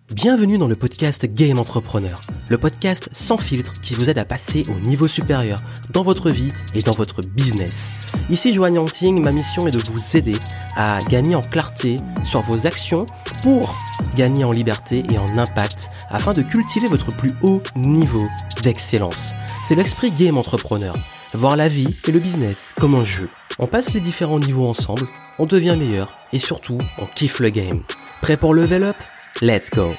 Bienvenue dans le podcast Game Entrepreneur, le podcast sans filtre qui vous aide à passer au niveau supérieur dans votre vie et dans votre business. Ici Johan Yangting, ma mission est de vous aider à gagner en clarté sur vos actions pour gagner en liberté et en impact afin de cultiver votre plus haut niveau d'excellence. C'est l'esprit Game Entrepreneur, voir la vie et le business comme un jeu. On passe les différents niveaux ensemble, on devient meilleur et surtout on kiffe le game. Prêt pour level up? Let's go!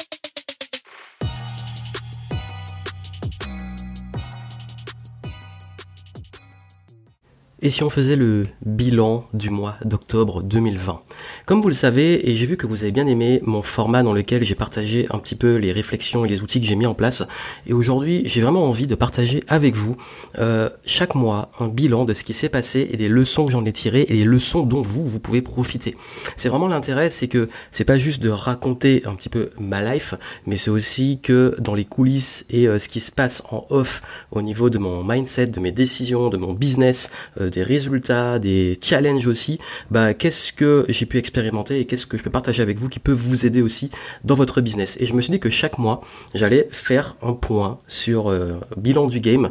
Et si on faisait le bilan du mois d'octobre 2020? Comme vous le savez, et j'ai vu que vous avez bien aimé mon format dans lequel j'ai partagé un petit peu les réflexions et les outils que j'ai mis en place, et aujourd'hui j'ai vraiment envie de partager avec vous chaque mois un bilan de ce qui s'est passé et des leçons que j'en ai tirées et des leçons dont vous pouvez profiter. C'est vraiment l'intérêt, c'est que c'est pas juste de raconter un petit peu ma life, mais c'est aussi que dans les coulisses et ce qui se passe en off au niveau de mon mindset, de mes décisions, de mon business, des résultats, des challenges aussi, qu'est-ce que j'ai pu expérimenter et qu'est-ce que je peux partager avec vous qui peut vous aider aussi dans votre business. Et je me suis dit que chaque mois, j'allais faire un point sur bilan du game,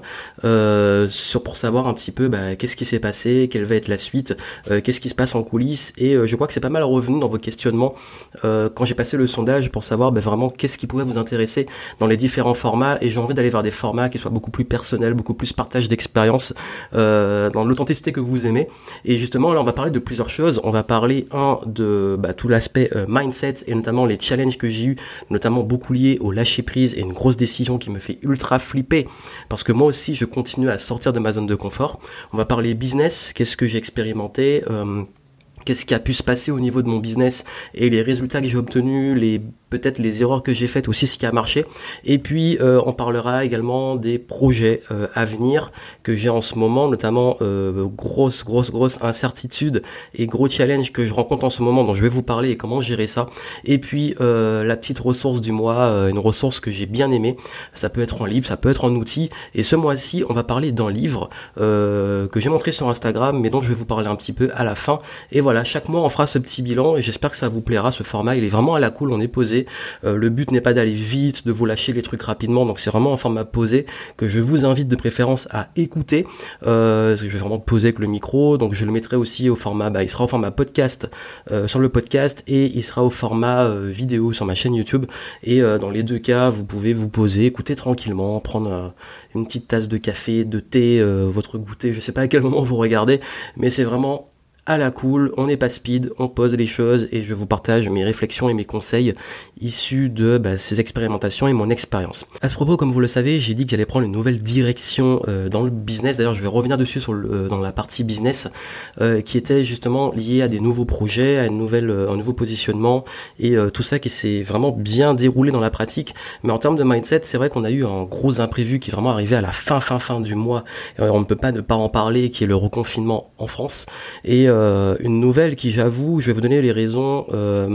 pour savoir un petit peu qu'est-ce qui s'est passé, quelle va être la suite, qu'est-ce qui se passe en coulisses, et je crois que c'est pas mal revenu dans vos questionnements quand j'ai passé le sondage pour savoir vraiment qu'est-ce qui pouvait vous intéresser dans les différents formats, et j'ai envie d'aller vers des formats qui soient beaucoup plus personnels, beaucoup plus partage d'expérience, dans l'authenticité que vous aimez. Et justement là on va parler de plusieurs choses. On va parler de tout l'aspect mindset et notamment les challenges que j'ai eu, notamment beaucoup liés au lâcher prise et une grosse décision qui me fait ultra flipper parce que moi aussi je continue à sortir de ma zone de confort. On va parler business, qu'est-ce que j'ai expérimenté, qu'est-ce qui a pu se passer au niveau de mon business et les résultats que j'ai obtenus, peut-être les erreurs que j'ai faites, aussi ce qui a marché. Et puis on parlera également des projets à venir que j'ai en ce moment, notamment grosse incertitude et gros challenge que je rencontre en ce moment, dont je vais vous parler et comment gérer ça. Et puis la petite ressource du mois, une ressource que j'ai bien aimée. Ça peut être un livre, ça peut être un outil. Et ce mois-ci, on va parler d'un livre que j'ai montré sur Instagram, mais dont je vais vous parler un petit peu à la fin. Et voilà, chaque mois on fera ce petit bilan et j'espère que ça vous plaira. Ce format, il est vraiment à la cool, on est posé. Le but n'est pas d'aller vite, de vous lâcher les trucs rapidement, donc c'est vraiment un format posé que je vous invite de préférence à écouter. Je vais vraiment poser avec le micro, donc je le mettrai aussi au format, il sera au format podcast sur le podcast et il sera au format vidéo sur ma chaîne YouTube. Et dans les deux cas, vous pouvez vous poser, écouter tranquillement, prendre une petite tasse de café, de thé, votre goûter, je sais pas à quel moment vous regardez, mais c'est vraiment à la cool, on n'est pas speed, on pose les choses et je vous partage mes réflexions et mes conseils issus de ces expérimentations et mon expérience. À ce propos, comme vous le savez, j'ai dit que j'allais prendre une nouvelle direction dans le business. D'ailleurs, je vais revenir dessus dans la partie business qui était justement liée à des nouveaux projets, à un nouveau positionnement et tout ça qui s'est vraiment bien déroulé dans la pratique. Mais en termes de mindset, c'est vrai qu'on a eu un gros imprévu qui est vraiment arrivé à la fin du mois. On ne peut pas ne pas en parler, qui est le reconfinement en France. Et une nouvelle qui, j'avoue, je vais vous donner les raisons,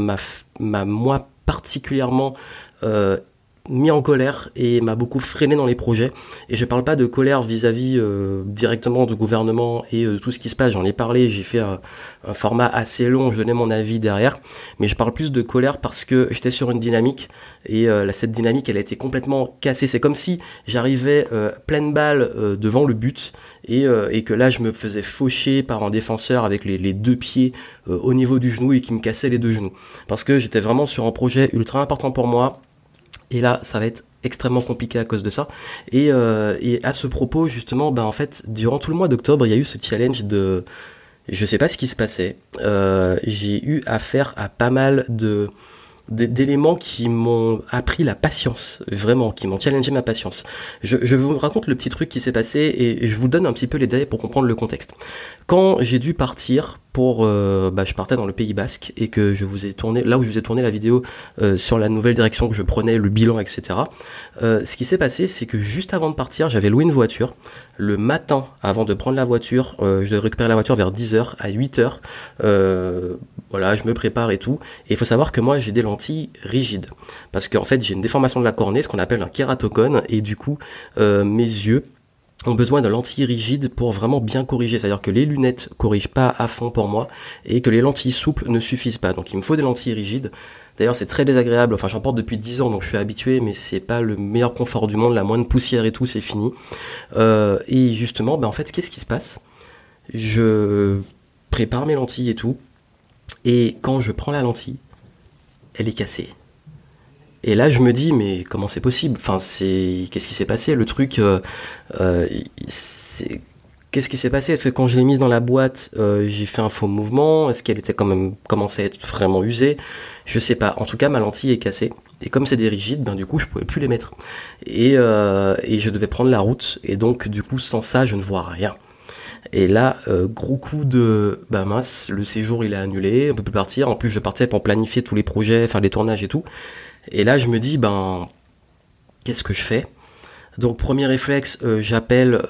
m'a moi particulièrement mis en colère et m'a beaucoup freiné dans les projets. Et je parle pas de colère vis-à-vis directement du gouvernement et tout ce qui se passe, j'en ai parlé, j'ai fait un format assez long, je donnais mon avis derrière, mais je parle plus de colère parce que j'étais sur une dynamique et cette dynamique elle a été complètement cassée. C'est comme si j'arrivais pleine balle devant le but et que là je me faisais faucher par un défenseur avec les deux pieds au niveau du genou et qui me cassait les deux genoux parce que j'étais vraiment sur un projet ultra important pour moi. Et là, ça va être extrêmement compliqué à cause de ça. Et à ce propos, justement, en fait, durant tout le mois d'octobre, il y a eu ce challenge de... Je sais pas ce qui se passait. J'ai eu affaire à pas mal d'éléments qui m'ont appris la patience, vraiment, qui m'ont challengé ma patience. Je vous raconte le petit truc qui s'est passé et je vous donne un petit peu les détails pour comprendre le contexte. Quand j'ai dû partir je partais dans le Pays Basque et que je vous ai tourné, là où je vous ai tourné la vidéo sur la nouvelle direction que je prenais, le bilan, etc. Ce qui s'est passé, c'est que juste avant de partir, j'avais loué une voiture. Le matin, avant de prendre la voiture, je devais récupérer la voiture vers 10h, à 8h. Voilà, je me prépare et tout. Et il faut savoir que moi, j'ai des lentilles rigides. Parce qu'en fait, j'ai une déformation de la cornée, ce qu'on appelle un kératocone. Et du coup, mes yeux ont besoin de lentilles rigides pour vraiment bien corriger. C'est-à-dire que les lunettes corrigent pas à fond pour moi et que les lentilles souples ne suffisent pas. Donc il me faut des lentilles rigides. D'ailleurs c'est très désagréable, enfin j'en porte depuis 10 ans donc je suis habitué, mais c'est pas le meilleur confort du monde, la moindre poussière et tout c'est fini. Et justement, en fait qu'est-ce qui se passe? Je prépare mes lentilles et tout, et quand je prends la lentille, elle est cassée. Et là, je me dis, mais comment c'est possible? Enfin, qu'est-ce qui s'est passé? Le truc, euh, c'est, qu'est-ce qui s'est passé? Est-ce que quand je l'ai mise dans la boîte, j'ai fait un faux mouvement? Est-ce qu'elle était quand même commencé à être vraiment usée? Je sais pas. En tout cas, ma lentille est cassée. Et comme c'est des rigides, du coup, je pouvais plus les mettre. Et je devais prendre la route. Et donc, du coup, sans ça, je ne vois rien. Et là, gros coup de bah mince, le séjour il est annulé, on peut plus partir. En plus, je partais pour planifier tous les projets, faire les tournages et tout. Et là, je me dis, qu'est-ce que je fais? Donc, premier réflexe, j'appelle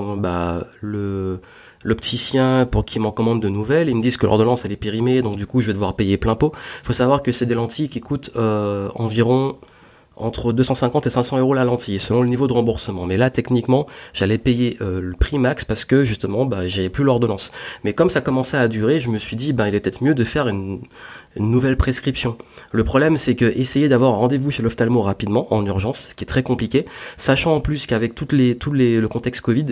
l'opticien pour qu'il m'en commande de nouvelles. Ils me disent que l'ordonnance elle est périmée, donc du coup, je vais devoir payer plein pot. Il faut savoir que c'est des lentilles qui coûtent environ entre 250 et 500 euros la lentille, selon le niveau de remboursement. Mais là, techniquement, j'allais payer le prix max parce que justement, j'avais plus l'ordonnance. Mais comme ça commençait à durer, je me suis dit, il est peut-être mieux de faire une nouvelle prescription. Le problème, c'est que essayer d'avoir un rendez-vous chez l'ophtalmo rapidement, en urgence, ce qui est très compliqué, sachant en plus qu'avec le contexte Covid,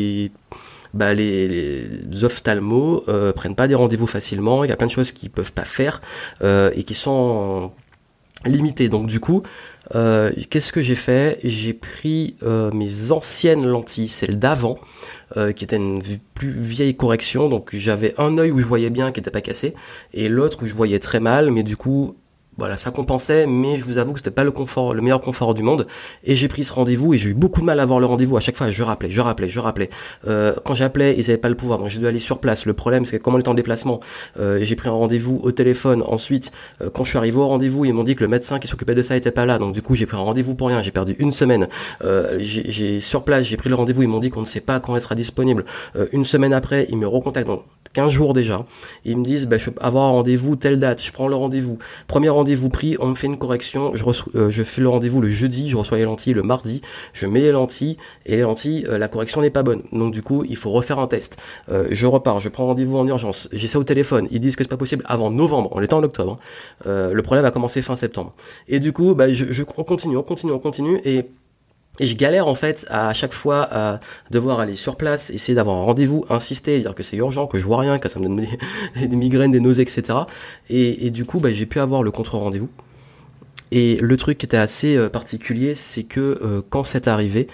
les ophtalmos prennent pas des rendez-vous facilement, il y a plein de choses qu'ils peuvent pas faire et qui sont limitées. Donc du coup, qu'est-ce que j'ai fait? J'ai pris mes anciennes lentilles, celles d'avant, qui étaient une plus vieille correction, donc j'avais un œil où je voyais bien qui n'était pas cassé, et l'autre où je voyais très mal, mais du coup, voilà, ça compensait, mais je vous avoue que c'était pas le meilleur confort du monde, et j'ai pris ce rendez-vous, et j'ai eu beaucoup de mal à avoir le rendez-vous. À chaque fois, je rappelais. Quand j'appelais, ils avaient pas le pouvoir, donc j'ai dû aller sur place. Le problème, c'est que comme on était en déplacement, j'ai pris un rendez-vous au téléphone. Ensuite, quand je suis arrivé au rendez-vous, ils m'ont dit que le médecin qui s'occupait de ça était pas là, donc du coup, j'ai pris un rendez-vous pour rien. J'ai perdu une semaine. Sur place, j'ai pris le rendez-vous. Ils m'ont dit qu'on ne sait pas quand elle sera disponible. Une semaine après, ils me recontactent. Donc 15 jours déjà. Ils me disent, je peux avoir un rendez-vous telle date. Je prends le rendez-vous. Premier rendez-vous pris, on me fait une correction, je fais le rendez-vous le jeudi, je reçois les lentilles le mardi, je mets les lentilles, et les lentilles, la correction n'est pas bonne. Donc du coup, il faut refaire un test. Je repars, je prends rendez-vous en urgence, j'ai ça au téléphone, ils disent que c'est pas possible avant novembre, on était en octobre. Le problème a commencé fin septembre. Et du coup, on continue, et je galère en fait à chaque fois à devoir aller sur place, essayer d'avoir un rendez-vous, insister, dire que c'est urgent, que je vois rien, que ça me donne des migraines, des nausées, etc. Et du coup, j'ai pu avoir le contre-rendez-vous. Et le truc qui était assez particulier, c'est que quand c'est arrivé,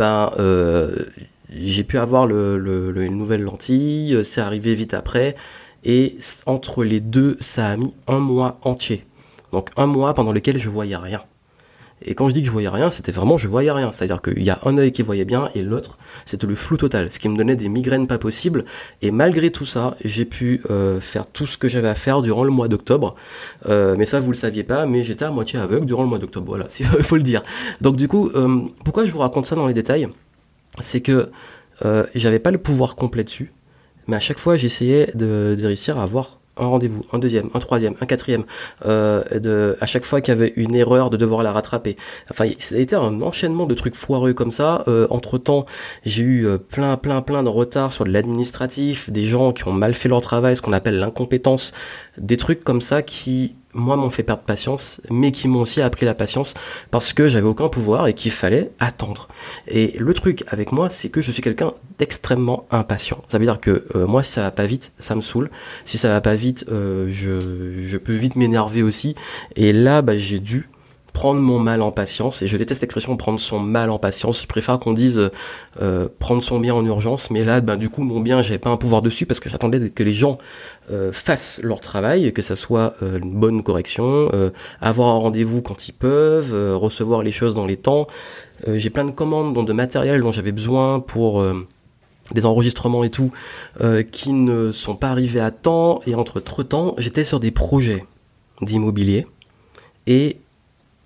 j'ai pu avoir une nouvelle lentille, c'est arrivé vite après, et entre les deux, ça a mis un mois entier. Donc un mois pendant lequel je voyais rien. Et quand je dis que je voyais rien, c'était vraiment je voyais rien. C'est-à-dire qu'il y a un œil qui voyait bien et l'autre, c'était le flou total. Ce qui me donnait des migraines pas possibles. Et malgré tout ça, j'ai pu faire tout ce que j'avais à faire durant le mois d'octobre. Mais ça, vous le saviez pas, mais j'étais à moitié aveugle durant le mois d'octobre. Voilà, il faut le dire. Donc du coup, pourquoi je vous raconte ça dans les détails? C'est que j'avais pas le pouvoir complet dessus. Mais à chaque fois, j'essayais de réussir à avoir un rendez-vous, un deuxième, un troisième, un quatrième, à chaque fois qu'il y avait une erreur, de devoir la rattraper. Enfin, ça a été un enchaînement de trucs foireux comme ça. Entre-temps, j'ai eu plein de retard sur de l'administratif, des gens qui ont mal fait leur travail, ce qu'on appelle l'incompétence, des trucs comme ça qui, moi, m'ont fait perdre patience, mais qui m'ont aussi appris la patience parce que j'avais aucun pouvoir et qu'il fallait attendre. Et le truc avec moi, c'est que je suis quelqu'un d'extrêmement impatient. Ça veut dire que moi, si ça va pas vite, ça me saoule. Si ça va pas vite, je peux vite m'énerver aussi. Et là, j'ai dû prendre mon mal en patience, et je déteste l'expression prendre son mal en patience, je préfère qu'on dise prendre son bien en urgence, mais là du coup mon bien j'avais pas un pouvoir dessus parce que j'attendais que les gens fassent leur travail, que ça soit une bonne correction, avoir un rendez-vous quand ils peuvent, recevoir les choses dans les temps. J'ai plein de commandes de matériel dont j'avais besoin pour des enregistrements et tout qui ne sont pas arrivés à temps, et entre temps j'étais sur des projets d'immobilier et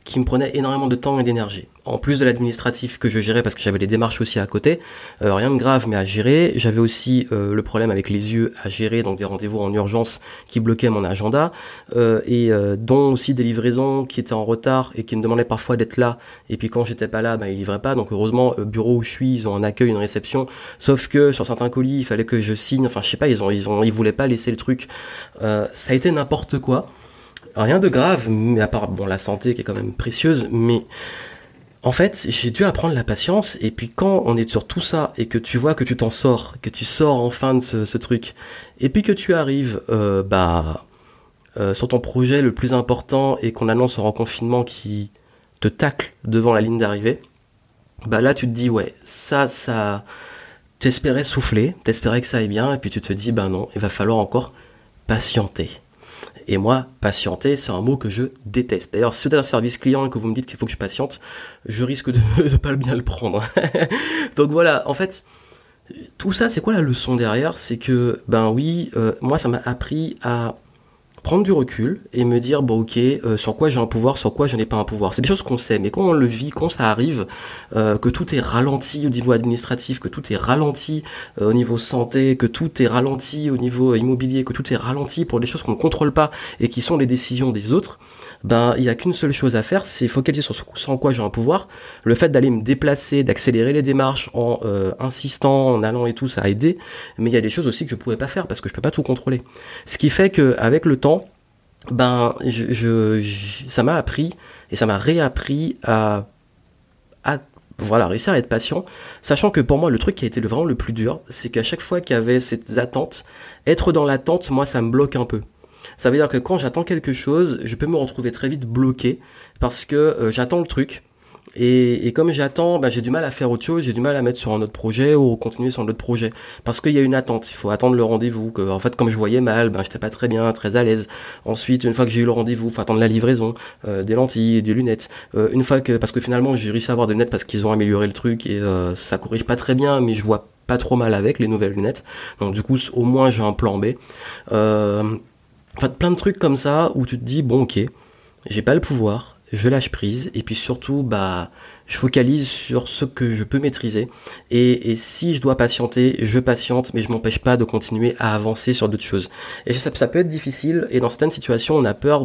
qui me prenait énormément de temps et d'énergie. En plus de l'administratif que je gérais parce que j'avais les démarches aussi à côté, rien de grave mais à gérer. J'avais aussi le problème avec les yeux à gérer, donc des rendez-vous en urgence qui bloquaient mon agenda, dont aussi des livraisons qui étaient en retard et qui me demandaient parfois d'être là. Et puis quand j'étais pas là, ils livraient pas. Donc heureusement, bureau où je suis, ils ont un accueil, une réception. Sauf que sur certains colis, il fallait que je signe. Enfin, je sais pas, ils voulaient pas laisser le truc. Ça a été n'importe quoi. Rien de grave, mais à part la santé qui est quand même précieuse, mais en fait, j'ai dû apprendre la patience, et puis quand on est sur tout ça, et que tu vois que tu t'en sors, que tu sors enfin de ce truc, et puis que tu arrives sur ton projet le plus important, et qu'on annonce un reconfinement qui te tacle devant la ligne d'arrivée, là tu te dis ouais, ça, t'espérais souffler, t'espérais que ça aille bien, et puis tu te dis non, il va falloir encore patienter. Et moi, patienter, c'est un mot que je déteste. D'ailleurs, si vous êtes un service client et que vous me dites qu'il faut que je patiente, je risque de pas bien le prendre. Donc voilà, en fait, tout ça, c'est quoi la leçon derrière ? C'est que, moi, ça m'a appris à prendre du recul et me dire sur quoi j'ai un pouvoir, sur quoi je n'ai pas un pouvoir. C'est des choses qu'on sait, mais quand on le vit, quand ça arrive, que tout est ralenti au niveau administratif, que tout est ralenti au niveau santé, que tout est ralenti au niveau immobilier, que tout est ralenti pour des choses qu'on ne contrôle pas et qui sont les décisions des autres, il y a qu'une seule chose à faire, c'est focaliser sur ce en quoi j'ai un pouvoir. Le fait d'aller me déplacer, d'accélérer les démarches en insistant, en allant et tout, ça a aidé, mais il y a des choses aussi que je pouvais pas faire parce que je peux pas tout contrôler. Ce qui fait que avec le temps, ça m'a appris et ça m'a réappris à réussir à être patient, sachant que pour moi le truc qui a été vraiment le plus dur, c'est qu'à chaque fois qu'il y avait ces attentes, être dans l'attente, moi ça me bloque un peu. Ça veut dire que quand j'attends quelque chose, je peux me retrouver très vite bloqué parce que j'attends le truc. Et comme j'attends, j'ai du mal à faire autre chose, j'ai du mal à mettre sur un autre projet ou continuer sur un autre projet. Parce qu'il y a une attente, il faut attendre le rendez-vous. En fait, comme je voyais mal, j'étais pas très bien, très à l'aise. Ensuite, une fois que j'ai eu le rendez-vous, il faut attendre la livraison, des lentilles, des lunettes. Parce que finalement, j'ai réussi à avoir des lunettes parce qu'ils ont amélioré le truc et ça corrige pas très bien, mais je vois pas trop mal avec les nouvelles lunettes. Donc du coup, au moins, j'ai un plan B. Plein de trucs comme ça où tu te dis, ok, j'ai pas le pouvoir, je lâche prise, et puis surtout, je focalise sur ce que je peux maîtriser, et si je dois patienter, je patiente, mais je m'empêche pas de continuer à avancer sur d'autres choses. Et ça peut être difficile, et dans certaines situations, on a peur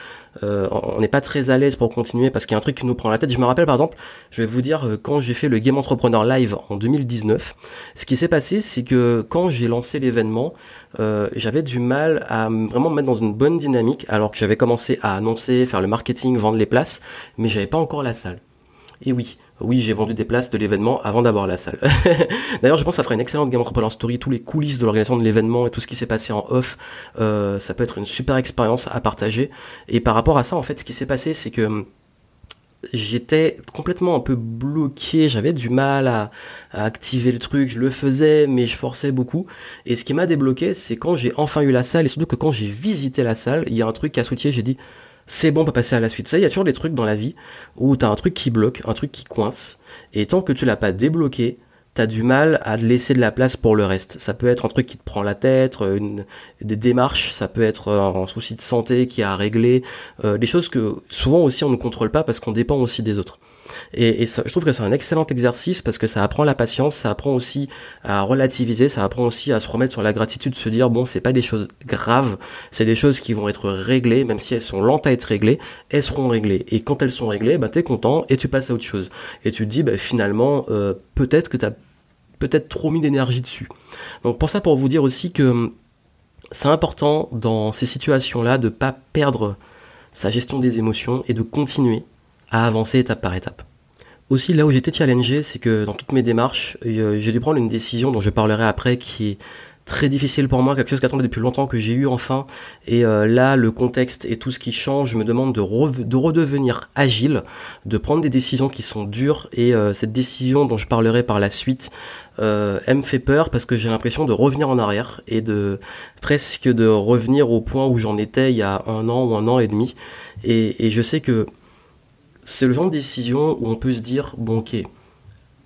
on n'est pas très à l'aise pour continuer, parce qu'il y a un truc qui nous prend la tête. Je me rappelle par exemple, je vais vous dire, quand j'ai fait le Game Entrepreneur Live en 2019, ce qui s'est passé, c'est que quand j'ai lancé l'événement, j'avais du mal à vraiment me mettre dans une bonne dynamique, alors que j'avais commencé à annoncer, faire le marketing, vendre les places, mais j'avais pas encore la salle. Et oui, j'ai vendu des places de l'événement avant d'avoir la salle. D'ailleurs, je pense que ça ferait une excellente Game Entrepreneur Story, tous les coulisses de l'organisation de l'événement et tout ce qui s'est passé en off. Ça peut être une super expérience à partager. Et par rapport à ça, en fait, ce qui s'est passé, c'est que j'étais complètement un peu bloqué, j'avais du mal à activer le truc, je le faisais, mais je forçais beaucoup. Et ce qui m'a débloqué, c'est quand j'ai enfin eu la salle, et surtout que quand j'ai visité la salle, il y a un truc qui a switché, j'ai dit, c'est bon, on peut passer à la suite. Vous savez, il y a toujours des trucs dans la vie où t'as un truc qui bloque, un truc qui coince, et tant que tu l'as pas débloqué, t'as du mal à laisser de la place pour le reste. Ça peut être un truc qui te prend la tête, des démarches, ça peut être un souci de santé qui a à régler, des choses que souvent aussi on ne contrôle pas parce qu'on dépend aussi des autres. Et ça, je trouve que c'est un excellent exercice parce que ça apprend la patience, ça apprend aussi à relativiser, ça apprend aussi à se remettre sur la gratitude, se dire c'est pas des choses graves, c'est des choses qui vont être réglées, même si elles sont lentes à être réglées, elles seront réglées. Et quand elles sont réglées, t'es content et tu passes à autre chose. Et tu te dis finalement, peut-être que t'as trop mis d'énergie dessus. Donc pour vous dire aussi que c'est important dans ces situations-là de pas perdre sa gestion des émotions et de continuer à avancer étape par étape. Aussi, là où j'étais challengé, c'est que dans toutes mes démarches, j'ai dû prendre une décision dont je parlerai après, qui est très difficile pour moi, quelque chose qu'attendais depuis longtemps, que j'ai eu enfin. Et là, le contexte et tout ce qui change, je me demande de redevenir agile, de prendre des décisions qui sont dures. Et cette décision dont je parlerai par la suite, elle me fait peur parce que j'ai l'impression de revenir en arrière et presque de revenir au point où j'en étais il y a 1 an ou 1 an et demi. Et je sais que c'est le genre de décision où on peut se dire, ok,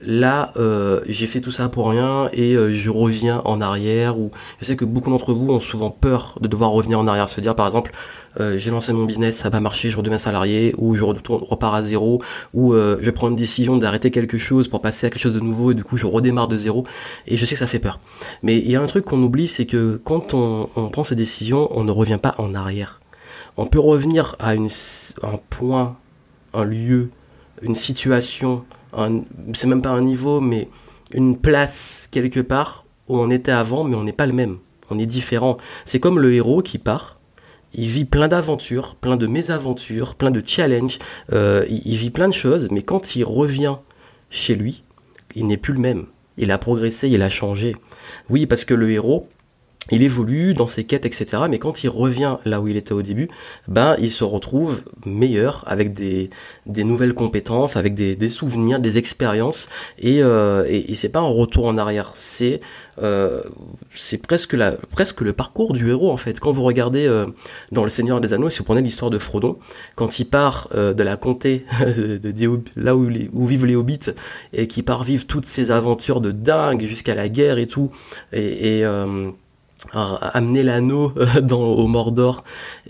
là j'ai fait tout ça pour rien et je reviens en arrière. Ou je sais que beaucoup d'entre vous ont souvent peur de devoir revenir en arrière, se dire par exemple j'ai lancé mon business, ça va marcher, je redeviens salarié, ou je repars à zéro, ou je prends une décision d'arrêter quelque chose pour passer à quelque chose de nouveau et du coup je redémarre de zéro. Et je sais que ça fait peur, mais il y a un truc qu'on oublie, c'est que quand on prend ces décisions, on ne revient pas en arrière. On peut revenir à un point, un lieu, une situation, c'est même pas un niveau, mais une place quelque part où on était avant, mais on n'est pas le même. On est différent. C'est comme le héros qui part. Il vit plein d'aventures, plein de mésaventures, plein de challenges. Il vit plein de choses, mais quand il revient chez lui, il n'est plus le même. Il a progressé, il a changé. Oui, parce que le héros, il évolue dans ses quêtes, etc. Mais quand il revient là où il était au début, ben il se retrouve meilleur, avec des nouvelles compétences, avec des souvenirs, des expériences, et c'est pas un retour en arrière, c'est presque le parcours du héros en fait. Quand vous regardez dans Le Seigneur des Anneaux, si vous prenez l'histoire de Frodon, quand il part de la comté là où vivent les hobbits, et qui part vivre toutes ces aventures de dingue jusqu'à la guerre et tout, et amener l'anneau au Mordor,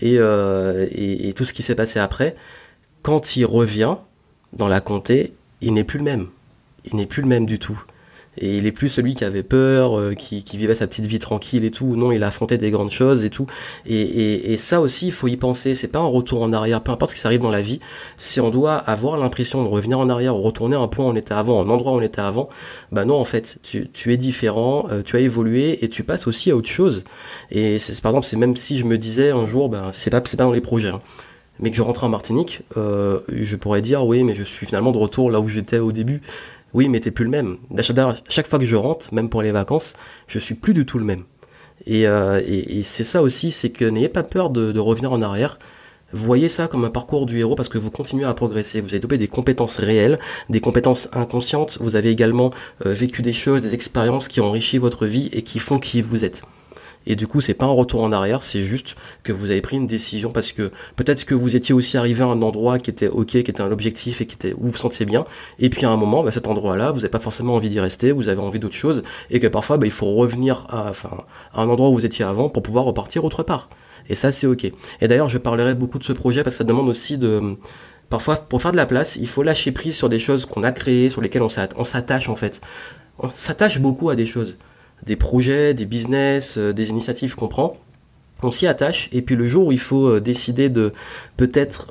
et tout ce qui s'est passé après. Quand il revient dans la comté, il n'est plus le même. Il n'est plus le même du tout. Et il est plus celui qui avait peur, qui vivait sa petite vie tranquille et tout. Non, il a affronté des grandes choses et tout. Et ça aussi, il faut y penser. C'est pas un retour en arrière. Peu importe ce qui s'arrive dans la vie, si on doit avoir l'impression de revenir en arrière ou retourner à un point où on était avant, un endroit où on était avant, bah non, en fait, tu es différent, tu as évolué et tu passes aussi à autre chose. Et par exemple, c'est même si je me disais un jour, bah, c'est pas dans les projets, hein, mais que je rentrais en Martinique, je pourrais dire oui, mais je suis finalement de retour là où j'étais au début. Oui, mais t'es plus le même. Chaque fois que je rentre, même pour les vacances, je suis plus du tout le même. Et c'est ça aussi, c'est que n'ayez pas peur de revenir en arrière. Voyez ça comme un parcours du héros, parce que vous continuez à progresser. Vous avez développé des compétences réelles, des compétences inconscientes. Vous avez également vécu des choses, des expériences qui ont enrichi votre vie et qui font qui vous êtes. Et du coup, c'est pas un retour en arrière, c'est juste que vous avez pris une décision, parce que peut-être que vous étiez aussi arrivé à un endroit qui était ok, qui était un objectif et où vous vous sentiez bien. Et puis à un moment, cet endroit-là, vous n'avez pas forcément envie d'y rester, vous avez envie d'autre chose, et que parfois, il faut revenir à un endroit où vous étiez avant pour pouvoir repartir autre part. Et ça, c'est ok. Et d'ailleurs, je parlerai beaucoup de ce projet parce que ça demande aussi parfois, pour faire de la place, il faut lâcher prise sur des choses qu'on a créées, sur lesquelles on s'attache en fait. On s'attache beaucoup à des choses. Des projets, des business, des initiatives qu'on prend, on s'y attache, et puis le jour où il faut décider de peut-être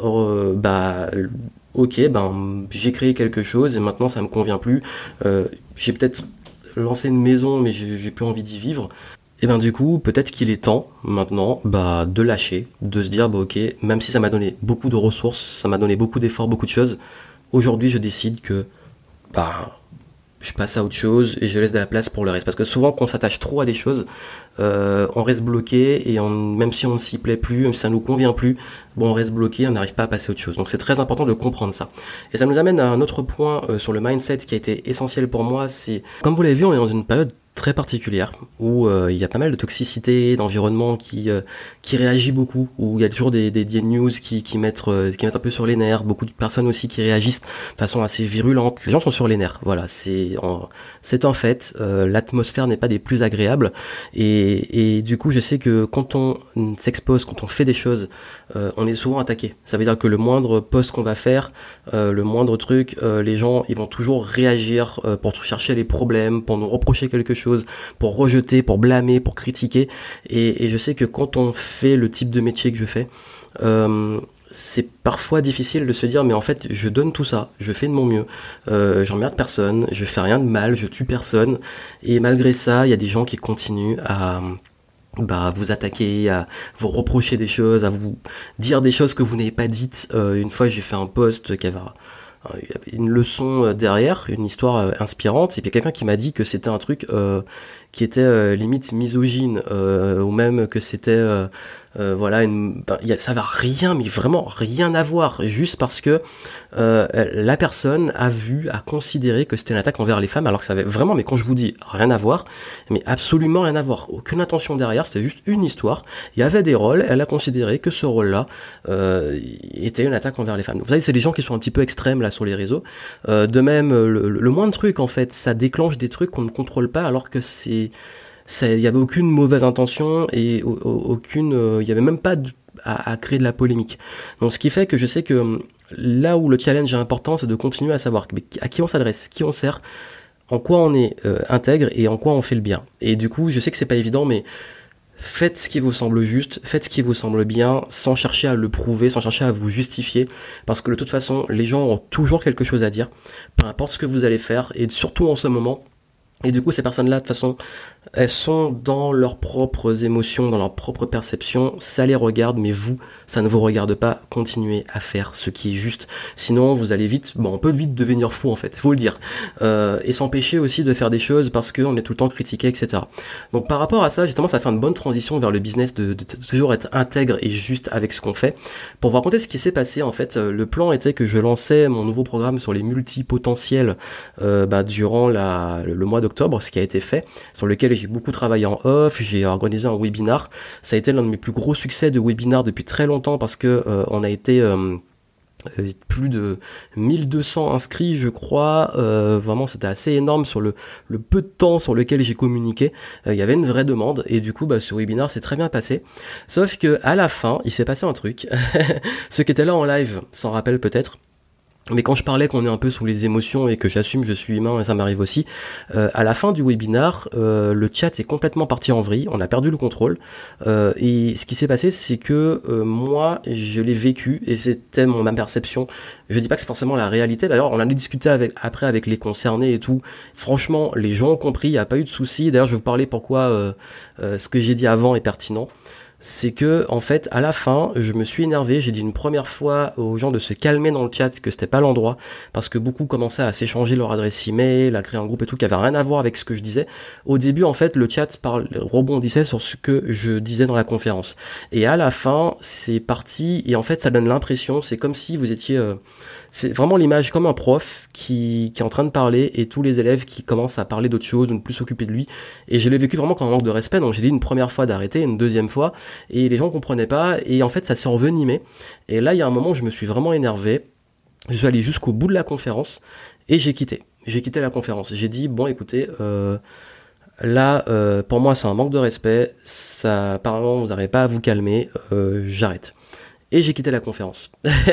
ok, j'ai créé quelque chose et maintenant ça me convient plus, j'ai peut-être lancé une maison mais j'ai plus envie d'y vivre, et du coup peut-être qu'il est temps maintenant de lâcher, de se dire ok, même si ça m'a donné beaucoup de ressources, ça m'a donné beaucoup d'efforts, beaucoup de choses, aujourd'hui je décide que je passe à autre chose et je laisse de la place pour le reste. Parce que souvent, quand on s'attache trop à des choses, on reste bloqué, et même si on ne s'y plaît plus, même si ça nous convient plus, on reste bloqué, on n'arrive pas à passer à autre chose. Donc c'est très important de comprendre ça. Et ça nous amène à un autre point sur le mindset qui a été essentiel pour moi. C'est, comme vous l'avez vu, on est dans une période très particulière où il y a pas mal de toxicité, d'environnement qui réagit beaucoup, où il y a toujours des news qui mettent un peu sur les nerfs, beaucoup de personnes aussi qui réagissent de façon assez virulente. Les gens sont sur les nerfs, voilà, c'est un fait. L'atmosphère n'est pas des plus agréables, et du coup je sais que quand on s'expose, quand on fait des choses, on est souvent attaqué. Ça veut dire que le moindre post qu'on va faire, le moindre truc, les gens ils vont toujours réagir pour chercher les problèmes, pour nous reprocher quelque chose, pour rejeter, pour blâmer, pour critiquer, et je sais que quand on fait le type de métier que je fais, c'est parfois difficile de se dire mais en fait je donne tout ça, je fais de mon mieux, j'emmerde personne, je fais rien de mal, je tue personne, et malgré ça il y a des gens qui continuent à vous attaquer, à vous reprocher des choses, à vous dire des choses que vous n'avez pas dites. Une fois j'ai fait un post qui avait une leçon derrière, une histoire inspirante, et puis quelqu'un qui m'a dit que c'était un truc qui était limite misogyne, ou même que c'était voilà, ça va rien, mais vraiment rien avoir, juste parce que la personne a considéré que c'était une attaque envers les femmes, alors que ça avait vraiment, mais quand je vous dis rien à voir, mais absolument rien à voir, aucune intention derrière, c'était juste une histoire, il y avait des rôles, elle a considéré que ce rôle-là était une attaque envers les femmes. Vous savez, c'est les gens qui sont un petit peu extrêmes là sur les réseaux, de même, le moindre truc en fait, ça déclenche des trucs qu'on ne contrôle pas, alors que il y avait aucune mauvaise intention et aucune, il y avait même pas à créer de la polémique. Donc ce qui fait que je sais que là où le challenge est important, c'est de continuer à savoir à qui on s'adresse, qui on sert, en quoi on est intègre et en quoi on fait le bien. Et du coup, je sais que c'est pas évident, mais faites ce qui vous semble juste, faites ce qui vous semble bien, sans chercher à le prouver, sans chercher à vous justifier, parce que de toute façon, les gens ont toujours quelque chose à dire, peu importe ce que vous allez faire, et surtout en ce moment. Et du coup, ces personnes-là, de toute façon, elles sont dans leurs propres émotions, dans leurs propres perceptions, ça les regarde, mais vous, ça ne vous regarde pas. Continuez à faire ce qui est juste. Sinon, vous allez vite, on peut vite devenir fou en fait, faut le dire. Et s'empêcher aussi de faire des choses parce qu'on est tout le temps critiqué, etc. Donc par rapport à ça, justement, ça fait une bonne transition vers le business de toujours être intègre et juste avec ce qu'on fait. Pour vous raconter ce qui s'est passé, en fait, le plan était que je lançais mon nouveau programme sur les multipotentiels durant le mois d'octobre, ce qui a été fait, sur lequel j'ai beaucoup travaillé en off, j'ai organisé un webinar. Ça a été l'un de mes plus gros succès de webinar depuis très longtemps parce que on a été plus de 1200 inscrits, je crois. Vraiment, c'était assez énorme sur le peu de temps sur lequel j'ai communiqué. Il y avait une vraie demande et du coup, ce webinar s'est très bien passé. Sauf que à la fin, il s'est passé un truc. Ceux qui étaient là en live s'en rappellent peut-être. Mais quand je parlais qu'on est un peu sous les émotions et que j'assume, je suis humain et ça m'arrive aussi, à la fin du webinar, le chat est complètement parti en vrille, on a perdu le contrôle, et ce qui s'est passé, c'est que moi, je l'ai vécu, et c'était ma perception. Je dis pas que c'est forcément la réalité, d'ailleurs on en a discuté après avec les concernés et tout. Franchement, les gens ont compris, il n'y a pas eu de soucis. D'ailleurs je vais vous parler pourquoi ce que j'ai dit avant est pertinent. C'est que, en fait, à la fin, je me suis énervé, j'ai dit une première fois aux gens de se calmer dans le chat, que c'était pas l'endroit, parce que beaucoup commençaient à s'échanger leur adresse email, à créer un groupe et tout, qui avait rien à voir avec ce que je disais. Au début, en fait, le chat rebondissait sur ce que je disais dans la conférence. Et à la fin, c'est parti, et en fait, ça donne l'impression, c'est comme si vous étiez... c'est vraiment l'image comme un prof qui est en train de parler et tous les élèves qui commencent à parler d'autre chose ou ne plus s'occuper de lui. Et je l'ai vécu vraiment comme un manque de respect, donc j'ai dit une première fois d'arrêter, une deuxième fois, et les gens comprenaient pas, et en fait ça s'est envenimé. Et là il y a un moment où je me suis vraiment énervé, je suis allé jusqu'au bout de la conférence, et j'ai quitté la conférence. J'ai dit, bon écoutez, là pour moi c'est un manque de respect, ça apparemment vous n'arrivez pas à vous calmer, j'arrête. Et j'ai quitté la conférence.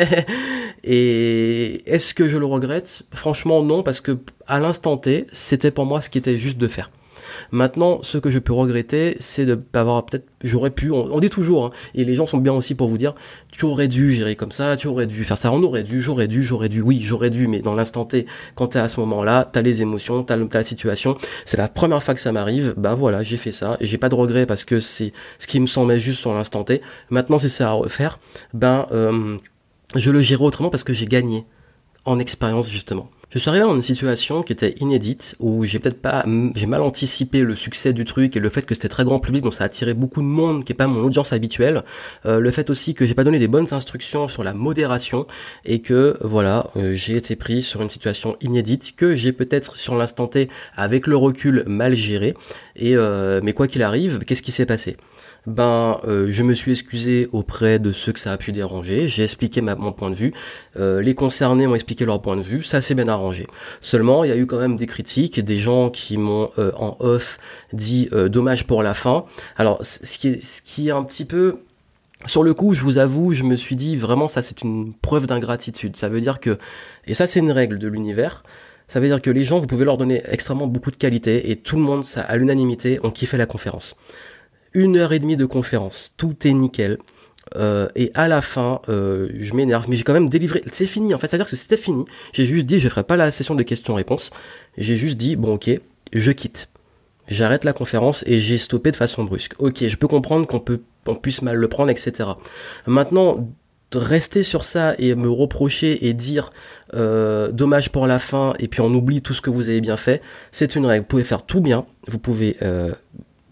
Et est-ce que je le regrette ? Franchement non, parce que à l'instant T, c'était pour moi ce qui était juste de faire. Maintenant, ce que je peux regretter, c'est de pas avoir j'aurais pu, on dit toujours, hein, et les gens sont bien aussi pour vous dire, tu aurais dû gérer comme ça, tu aurais dû faire ça, j'aurais dû, oui, j'aurais dû, mais dans l'instant T, quand t'es à ce moment-là, t'as les émotions, t'as la situation, c'est la première fois que ça m'arrive, voilà, j'ai fait ça, et j'ai pas de regret parce que c'est ce qui me semblait juste sur l'instant T. Maintenant, si c'est à refaire, je le gérerai autrement parce que j'ai gagné en expérience, justement. Je suis arrivé dans une situation qui était inédite, où j'ai mal anticipé le succès du truc et le fait que c'était très grand public, donc ça a attiré beaucoup de monde qui est pas mon audience habituelle. Le fait aussi que j'ai pas donné des bonnes instructions sur la modération et que j'ai été pris sur une situation inédite que j'ai peut-être sur l'instant T avec le recul mal géré. Mais quoi qu'il arrive, qu'est-ce qui s'est passé ? Je me suis excusé auprès de ceux que ça a pu déranger, j'ai expliqué mon point de vue, les concernés m'ont expliqué leur point de vue, ça s'est bien arrangé. Seulement, il y a eu quand même des critiques, des gens qui m'ont en off dit dommage pour la fin. Alors, ce qui est un petit peu... Sur le coup, je vous avoue, je me suis dit vraiment ça c'est une preuve d'ingratitude. Ça veut dire que, et ça c'est une règle de l'univers, ça veut dire que les gens, vous pouvez leur donner extrêmement beaucoup de qualité et tout le monde, ça, à l'unanimité, ont kiffé la conférence. 1h30 de conférence, tout est nickel. Et à la fin, je m'énerve, mais j'ai quand même délivré. C'est fini, en fait, c'est-à-dire que c'était fini. J'ai juste dit, je ferai pas la session de questions-réponses. J'ai juste dit, bon, ok, je quitte. J'arrête la conférence et j'ai stoppé de façon brusque. Ok, je peux comprendre qu'on puisse mal le prendre, etc. Maintenant, rester sur ça et me reprocher et dire dommage pour la fin et puis on oublie tout ce que vous avez bien fait, c'est une règle. Vous pouvez faire tout bien, vous pouvez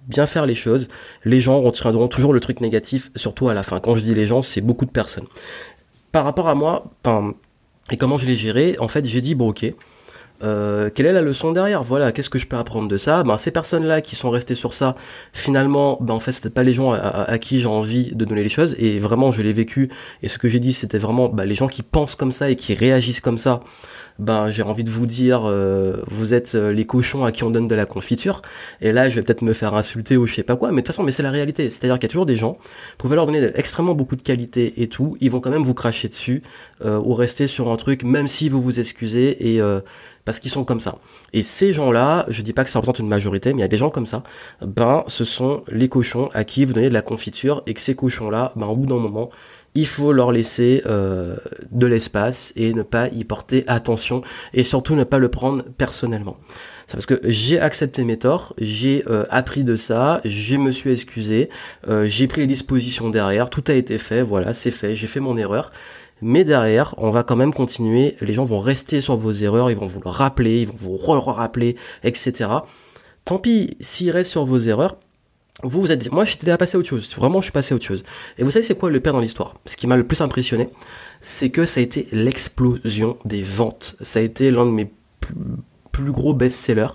bien faire les choses, les gens retiendront toujours le truc négatif, surtout à la fin. Quand je dis les gens, c'est beaucoup de personnes. Par rapport à moi, et comment je l'ai géré, en fait, j'ai dit, bon, ok, quelle est la leçon derrière? Voilà, qu'est-ce que je peux apprendre de ça? Ces personnes-là qui sont restées sur ça, finalement, en fait, c'était pas les gens à qui j'ai envie de donner les choses, et vraiment, je l'ai vécu, et ce que j'ai dit, c'était vraiment, les gens qui pensent comme ça et qui réagissent comme ça, j'ai envie de vous dire, vous êtes les cochons à qui on donne de la confiture, et là, je vais peut-être me faire insulter ou je sais pas quoi, mais de toute façon, mais c'est la réalité, c'est-à-dire qu'il y a toujours des gens, vous pouvez leur donner extrêmement beaucoup de qualité et tout, ils vont quand même vous cracher dessus, ou rester sur un truc, même si vous vous excusez, et parce qu'ils sont comme ça. Et ces gens-là, je dis pas que ça représente une majorité, mais il y a des gens comme ça, ce sont les cochons à qui vous donnez de la confiture, et que ces cochons-là, au bout d'un moment, il faut leur laisser de l'espace et ne pas y porter attention, et surtout ne pas le prendre personnellement. C'est parce que j'ai accepté mes torts, j'ai appris de ça, je me suis excusé, j'ai pris les dispositions derrière, tout a été fait, voilà, c'est fait, j'ai fait mon erreur. Mais derrière, on va quand même continuer, les gens vont rester sur vos erreurs, ils vont vous le rappeler, ils vont vous rappeler, etc. Tant pis s'ils restent sur vos erreurs, vous êtes... Moi, j'étais à passer à autre chose, vraiment, je suis passé à autre chose. Et vous savez c'est quoi le pire dans l'histoire? Ce qui m'a le plus impressionné, c'est que ça a été l'explosion des ventes. Ça a été l'un de mes plus gros best-sellers,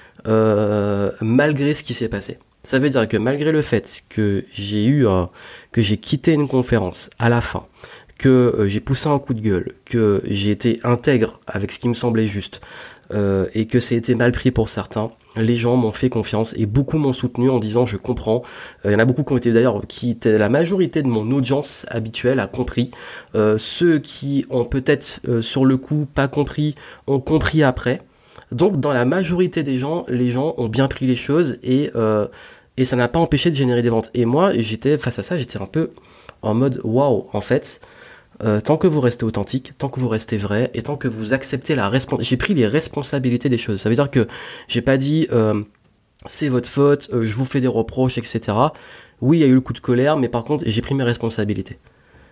malgré ce qui s'est passé. Ça veut dire que malgré le fait que j'ai quitté une conférence à la fin, que j'ai poussé un coup de gueule, que j'ai été intègre avec ce qui me semblait juste, et que ça a été mal pris pour certains, les gens m'ont fait confiance et beaucoup m'ont soutenu en disant je comprends. Il y en a beaucoup qui ont été d'ailleurs, la majorité de mon audience habituelle a compris. Ceux qui ont peut-être sur le coup pas compris, ont compris après. Donc dans la majorité des gens, les gens ont bien pris les choses et ça n'a pas empêché de générer des ventes. Et moi, face à ça, j'étais un peu en mode waouh, en fait. Tant que vous restez authentique, tant que vous restez vrai, et tant que vous acceptez j'ai pris les responsabilités des choses. Ça veut dire que j'ai pas dit c'est votre faute, je vous fais des reproches, etc. Oui, il y a eu le coup de colère, mais par contre, j'ai pris mes responsabilités.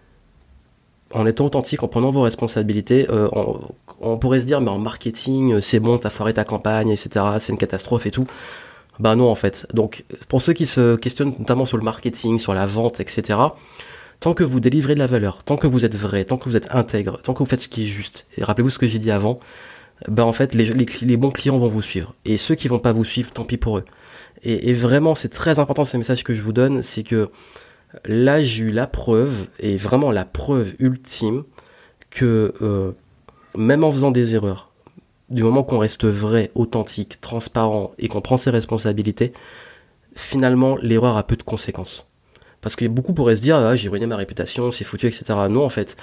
En étant authentique, en prenant vos responsabilités, on pourrait se dire, mais en marketing, c'est bon, t'as foiré ta campagne, etc. C'est une catastrophe et tout. Non, en fait. Donc, pour ceux qui se questionnent notamment sur le marketing, sur la vente, etc., tant que vous délivrez de la valeur, tant que vous êtes vrai, tant que vous êtes intègre, tant que vous faites ce qui est juste, et rappelez-vous ce que j'ai dit avant, en fait, les bons clients vont vous suivre. Et ceux qui vont pas vous suivre, tant pis pour eux. Et vraiment, c'est très important ce message que je vous donne, c'est que là, j'ai eu la preuve, et vraiment la preuve ultime, que même en faisant des erreurs, du moment qu'on reste vrai, authentique, transparent, et qu'on prend ses responsabilités, finalement, l'erreur a peu de conséquences. Parce que beaucoup pourraient se dire, j'ai ruiné ma réputation, c'est foutu, etc. Non, en fait,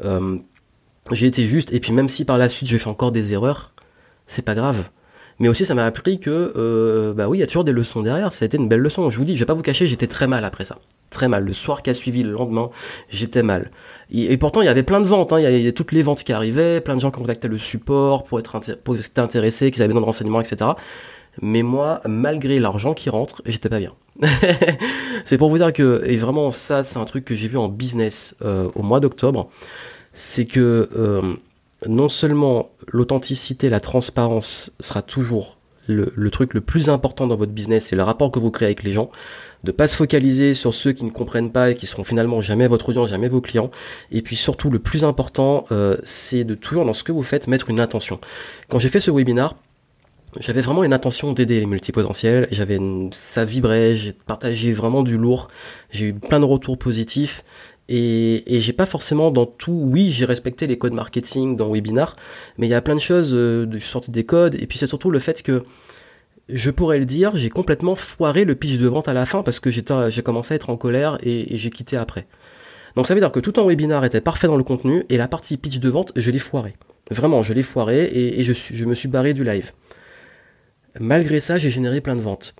j'ai été juste, et puis même si par la suite je fais encore des erreurs, c'est pas grave. Mais aussi, ça m'a appris que, oui, il y a toujours des leçons derrière, ça a été une belle leçon. Je vous dis, je vais pas vous cacher, j'étais très mal après ça. Très mal. Le soir qui a suivi, le lendemain, j'étais mal. Et pourtant, il y avait plein de ventes, il y a toutes les ventes qui arrivaient, plein de gens qui contactaient le support pour être intéressés, qui avaient besoin de renseignements, etc. Mais moi, malgré l'argent qui rentre, j'étais pas bien. C'est pour vous dire que, et vraiment ça c'est un truc que j'ai vu en business au mois d'octobre, c'est que non seulement l'authenticité, la transparence sera toujours le truc le plus important dans votre business, c'est le rapport que vous créez avec les gens, de pas se focaliser sur ceux qui ne comprennent pas et qui seront finalement jamais votre audience, jamais vos clients, et puis surtout le plus important, c'est de toujours dans ce que vous faites mettre une intention. Quand j'ai fait ce webinar, j'avais vraiment une intention d'aider les multipotentiels, ça vibrait, j'ai partagé vraiment du lourd, j'ai eu plein de retours positifs, et j'ai pas forcément dans tout, oui j'ai respecté les codes marketing dans le webinar, mais il y a plein de choses, je suis sorti des codes, et puis c'est surtout le fait que, je pourrais le dire, j'ai complètement foiré le pitch de vente à la fin, parce que j'ai commencé à être en colère, et j'ai quitté après. Donc ça veut dire que tout en webinar était parfait dans le contenu, et la partie pitch de vente, je l'ai foiré. Vraiment, je l'ai foiré, et je me suis barré du live. Malgré ça, j'ai généré plein de ventes.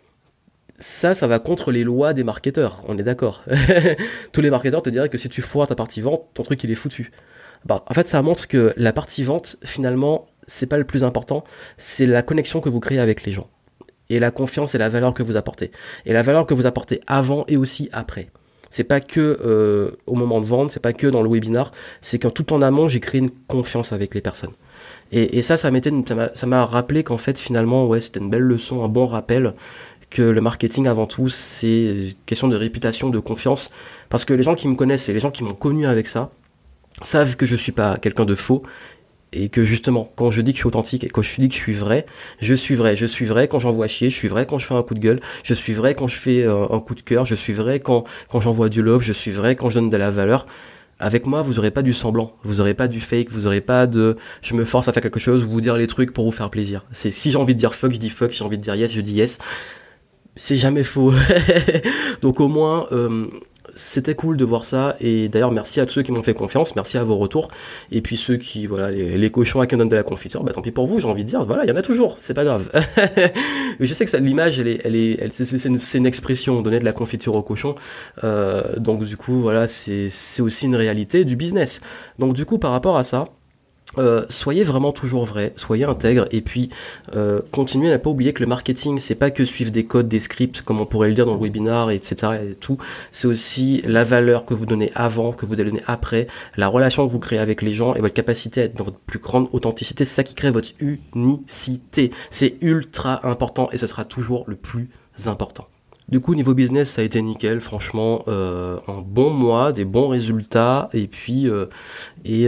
Ça va contre les lois des marketeurs, on est d'accord. Tous les marketeurs te diraient que si tu foires ta partie vente, ton truc il est foutu. En fait, ça montre que la partie vente, finalement, c'est pas le plus important, c'est la connexion que vous créez avec les gens. Et la confiance et la valeur que vous apportez. Et la valeur que vous apportez avant et aussi après. C'est pas que au moment de vendre, c'est pas que dans le webinar, c'est qu'en tout en amont, j'ai créé une confiance avec les personnes. Et ça m'a rappelé qu'en fait, finalement, ouais, c'était une belle leçon, un bon rappel, que le marketing avant tout c'est une question de réputation, de confiance, parce que les gens qui me connaissent et les gens qui m'ont connu avec ça savent que je suis pas quelqu'un de faux et que justement quand je dis que je suis authentique et quand je dis que je suis vrai, je suis vrai, je suis vrai quand j'envoie chier, je suis vrai quand je fais un coup de gueule, je suis vrai quand je fais un coup de cœur, je suis vrai quand j'envoie du love, je suis vrai quand je donne de la valeur. Avec moi, vous aurez pas du semblant, vous aurez pas du fake, vous aurez pas de je me force à faire quelque chose, vous dire les trucs pour vous faire plaisir. C'est si j'ai envie de dire fuck, je dis fuck, si j'ai envie de dire yes, je dis yes. C'est jamais faux. Donc au moins, c'était cool de voir ça. Et d'ailleurs, merci à tous ceux qui m'ont fait confiance, merci à vos retours. Et puis ceux qui, voilà, les cochons à qui on donne de la confiture, bah tant pis pour vous, j'ai envie de dire, voilà, il y en a toujours, c'est pas grave. Mais je sais que ça, l'image, c'est une expression, donner de la confiture aux cochons. Donc du coup, voilà, c'est aussi une réalité du business. Donc du coup, par rapport à ça, soyez vraiment toujours vrai, soyez intègre et puis continuez à ne pas oublier que le marketing c'est pas que suivre des codes, des scripts comme on pourrait le dire dans le webinar etc. et tout, c'est aussi la valeur que vous donnez avant, que vous donnez après, la relation que vous créez avec les gens et votre capacité à être dans votre plus grande authenticité, c'est ça qui crée votre unicité, c'est ultra important et ce sera toujours le plus important. Du coup, niveau business, ça a été nickel, franchement, un bon mois, des bons résultats, et puis et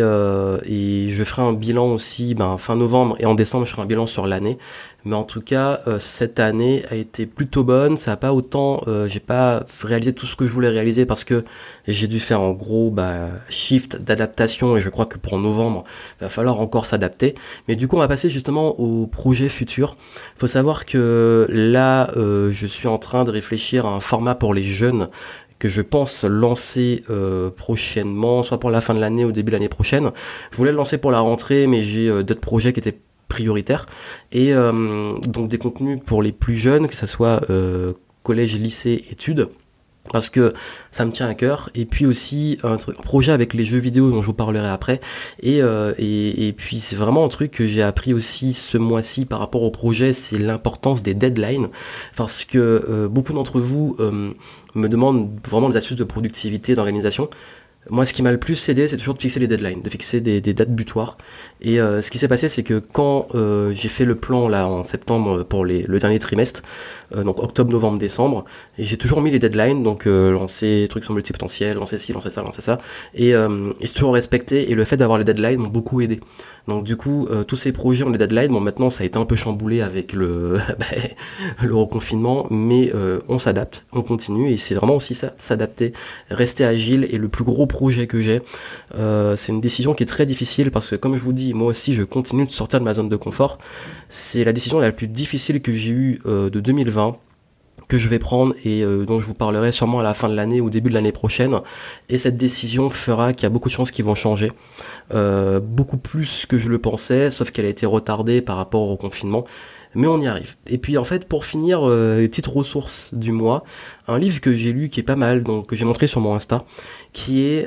je ferai un bilan aussi, fin novembre et en décembre, je ferai un bilan sur l'année. Mais en tout cas, cette année a été plutôt bonne. Ça a pas autant, j'ai pas réalisé tout ce que je voulais réaliser parce que j'ai dû faire en gros shift d'adaptation et je crois que pour novembre, il va falloir encore s'adapter. Mais du coup, on va passer justement au projet futur. Faut savoir que là, je suis en train de réfléchir à un format pour les jeunes que je pense lancer prochainement, soit pour la fin de l'année ou début de l'année prochaine. Je voulais le lancer pour la rentrée, mais j'ai d'autres projets qui étaient prioritaires. Et donc des contenus pour les plus jeunes, que ça soit collège, lycée, études, parce que ça me tient à cœur. Et puis aussi un projet avec les jeux vidéo dont je vous parlerai après. Et puis c'est vraiment un truc que j'ai appris aussi ce mois-ci par rapport au projet, c'est l'importance des deadlines, parce que beaucoup d'entre vous me demandent vraiment des astuces de productivité, d'organisation. Moi, ce qui m'a le plus aidé, c'est toujours de fixer les deadlines, de fixer des dates butoirs. Et ce qui s'est passé, c'est que quand j'ai fait le plan là en septembre pour le dernier trimestre, donc octobre, novembre, décembre, et j'ai toujours mis les deadlines, donc lancer trucs sur multipotentiel, lancer ci, lancer ça, et j'ai toujours respecté. Et le fait d'avoir les deadlines m'ont beaucoup aidé. Donc du coup, tous ces projets ont des deadlines. Bon, maintenant, ça a été un peu chamboulé avec le reconfinement, mais on s'adapte, on continue, et c'est vraiment aussi ça, s'adapter, rester agile. Et le plus gros projet que j'ai, c'est une décision qui est très difficile parce que comme je vous dis, moi aussi je continue de sortir de ma zone de confort. C'est la décision la plus difficile que j'ai eue de 2020 que je vais prendre et dont je vous parlerai sûrement à la fin de l'année ou au début de l'année prochaine. Et cette décision fera qu'il y a beaucoup de chances qu'ils vont changer, beaucoup plus que je le pensais, sauf qu'elle a été retardée par rapport au confinement. Mais on y arrive. Et puis en fait, pour finir, petite ressource du mois, un livre que j'ai lu qui est pas mal, donc que j'ai montré sur mon Insta, qui est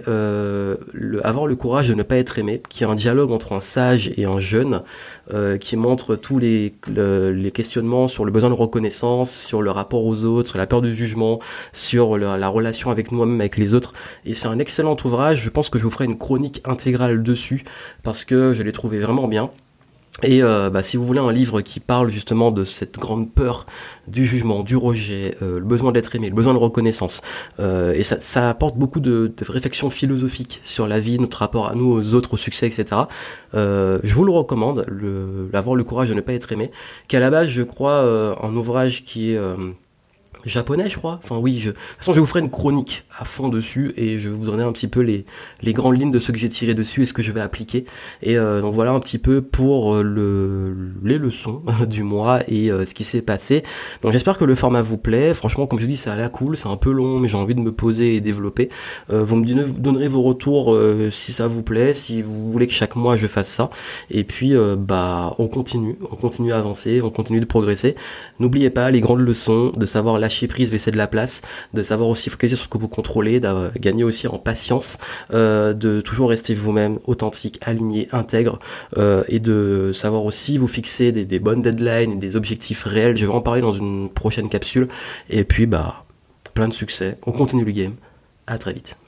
Avoir le courage de ne pas être aimé, qui est un dialogue entre un sage et un jeune, qui montre tous les questionnements sur le besoin de reconnaissance, sur le rapport aux autres, sur la peur du jugement, sur la relation avec nous-mêmes, avec les autres. Et c'est un excellent ouvrage. Je pense que je vous ferai une chronique intégrale dessus parce que je l'ai trouvé vraiment bien. Et si vous voulez un livre qui parle justement de cette grande peur du jugement, du rejet, le besoin d'être aimé, le besoin de reconnaissance, et ça apporte beaucoup de réflexions philosophiques sur la vie, notre rapport à nous, aux autres, au succès, etc. Je vous le recommande, Avoir le courage de ne pas être aimé, qui est à la base, je crois, un ouvrage qui est japonais, je crois. Enfin oui, de toute façon je vous ferai une chronique à fond dessus et je vais vous donner un petit peu les grandes lignes de ce que j'ai tiré dessus et ce que je vais appliquer. Et donc voilà un petit peu pour les leçons du mois et ce qui s'est passé. Donc j'espère que le format vous plaît. Franchement, comme je dis, ça a l'air cool, c'est un peu long, mais j'ai envie de me poser et développer. Vous me donnerez vos retours si ça vous plaît, si vous voulez que chaque mois je fasse ça. Et puis on continue à avancer, on continue de progresser. N'oubliez pas les grandes leçons, de savoir lâcher prise, laisser de la place, de savoir aussi focaliser sur ce que vous contrôlez, de gagner aussi en patience, de toujours rester vous-même, authentique, aligné, intègre, et de savoir aussi vous fixer des bonnes deadlines, des objectifs réels. Je vais en parler dans une prochaine capsule. Et puis plein de succès, on continue le game. À très vite.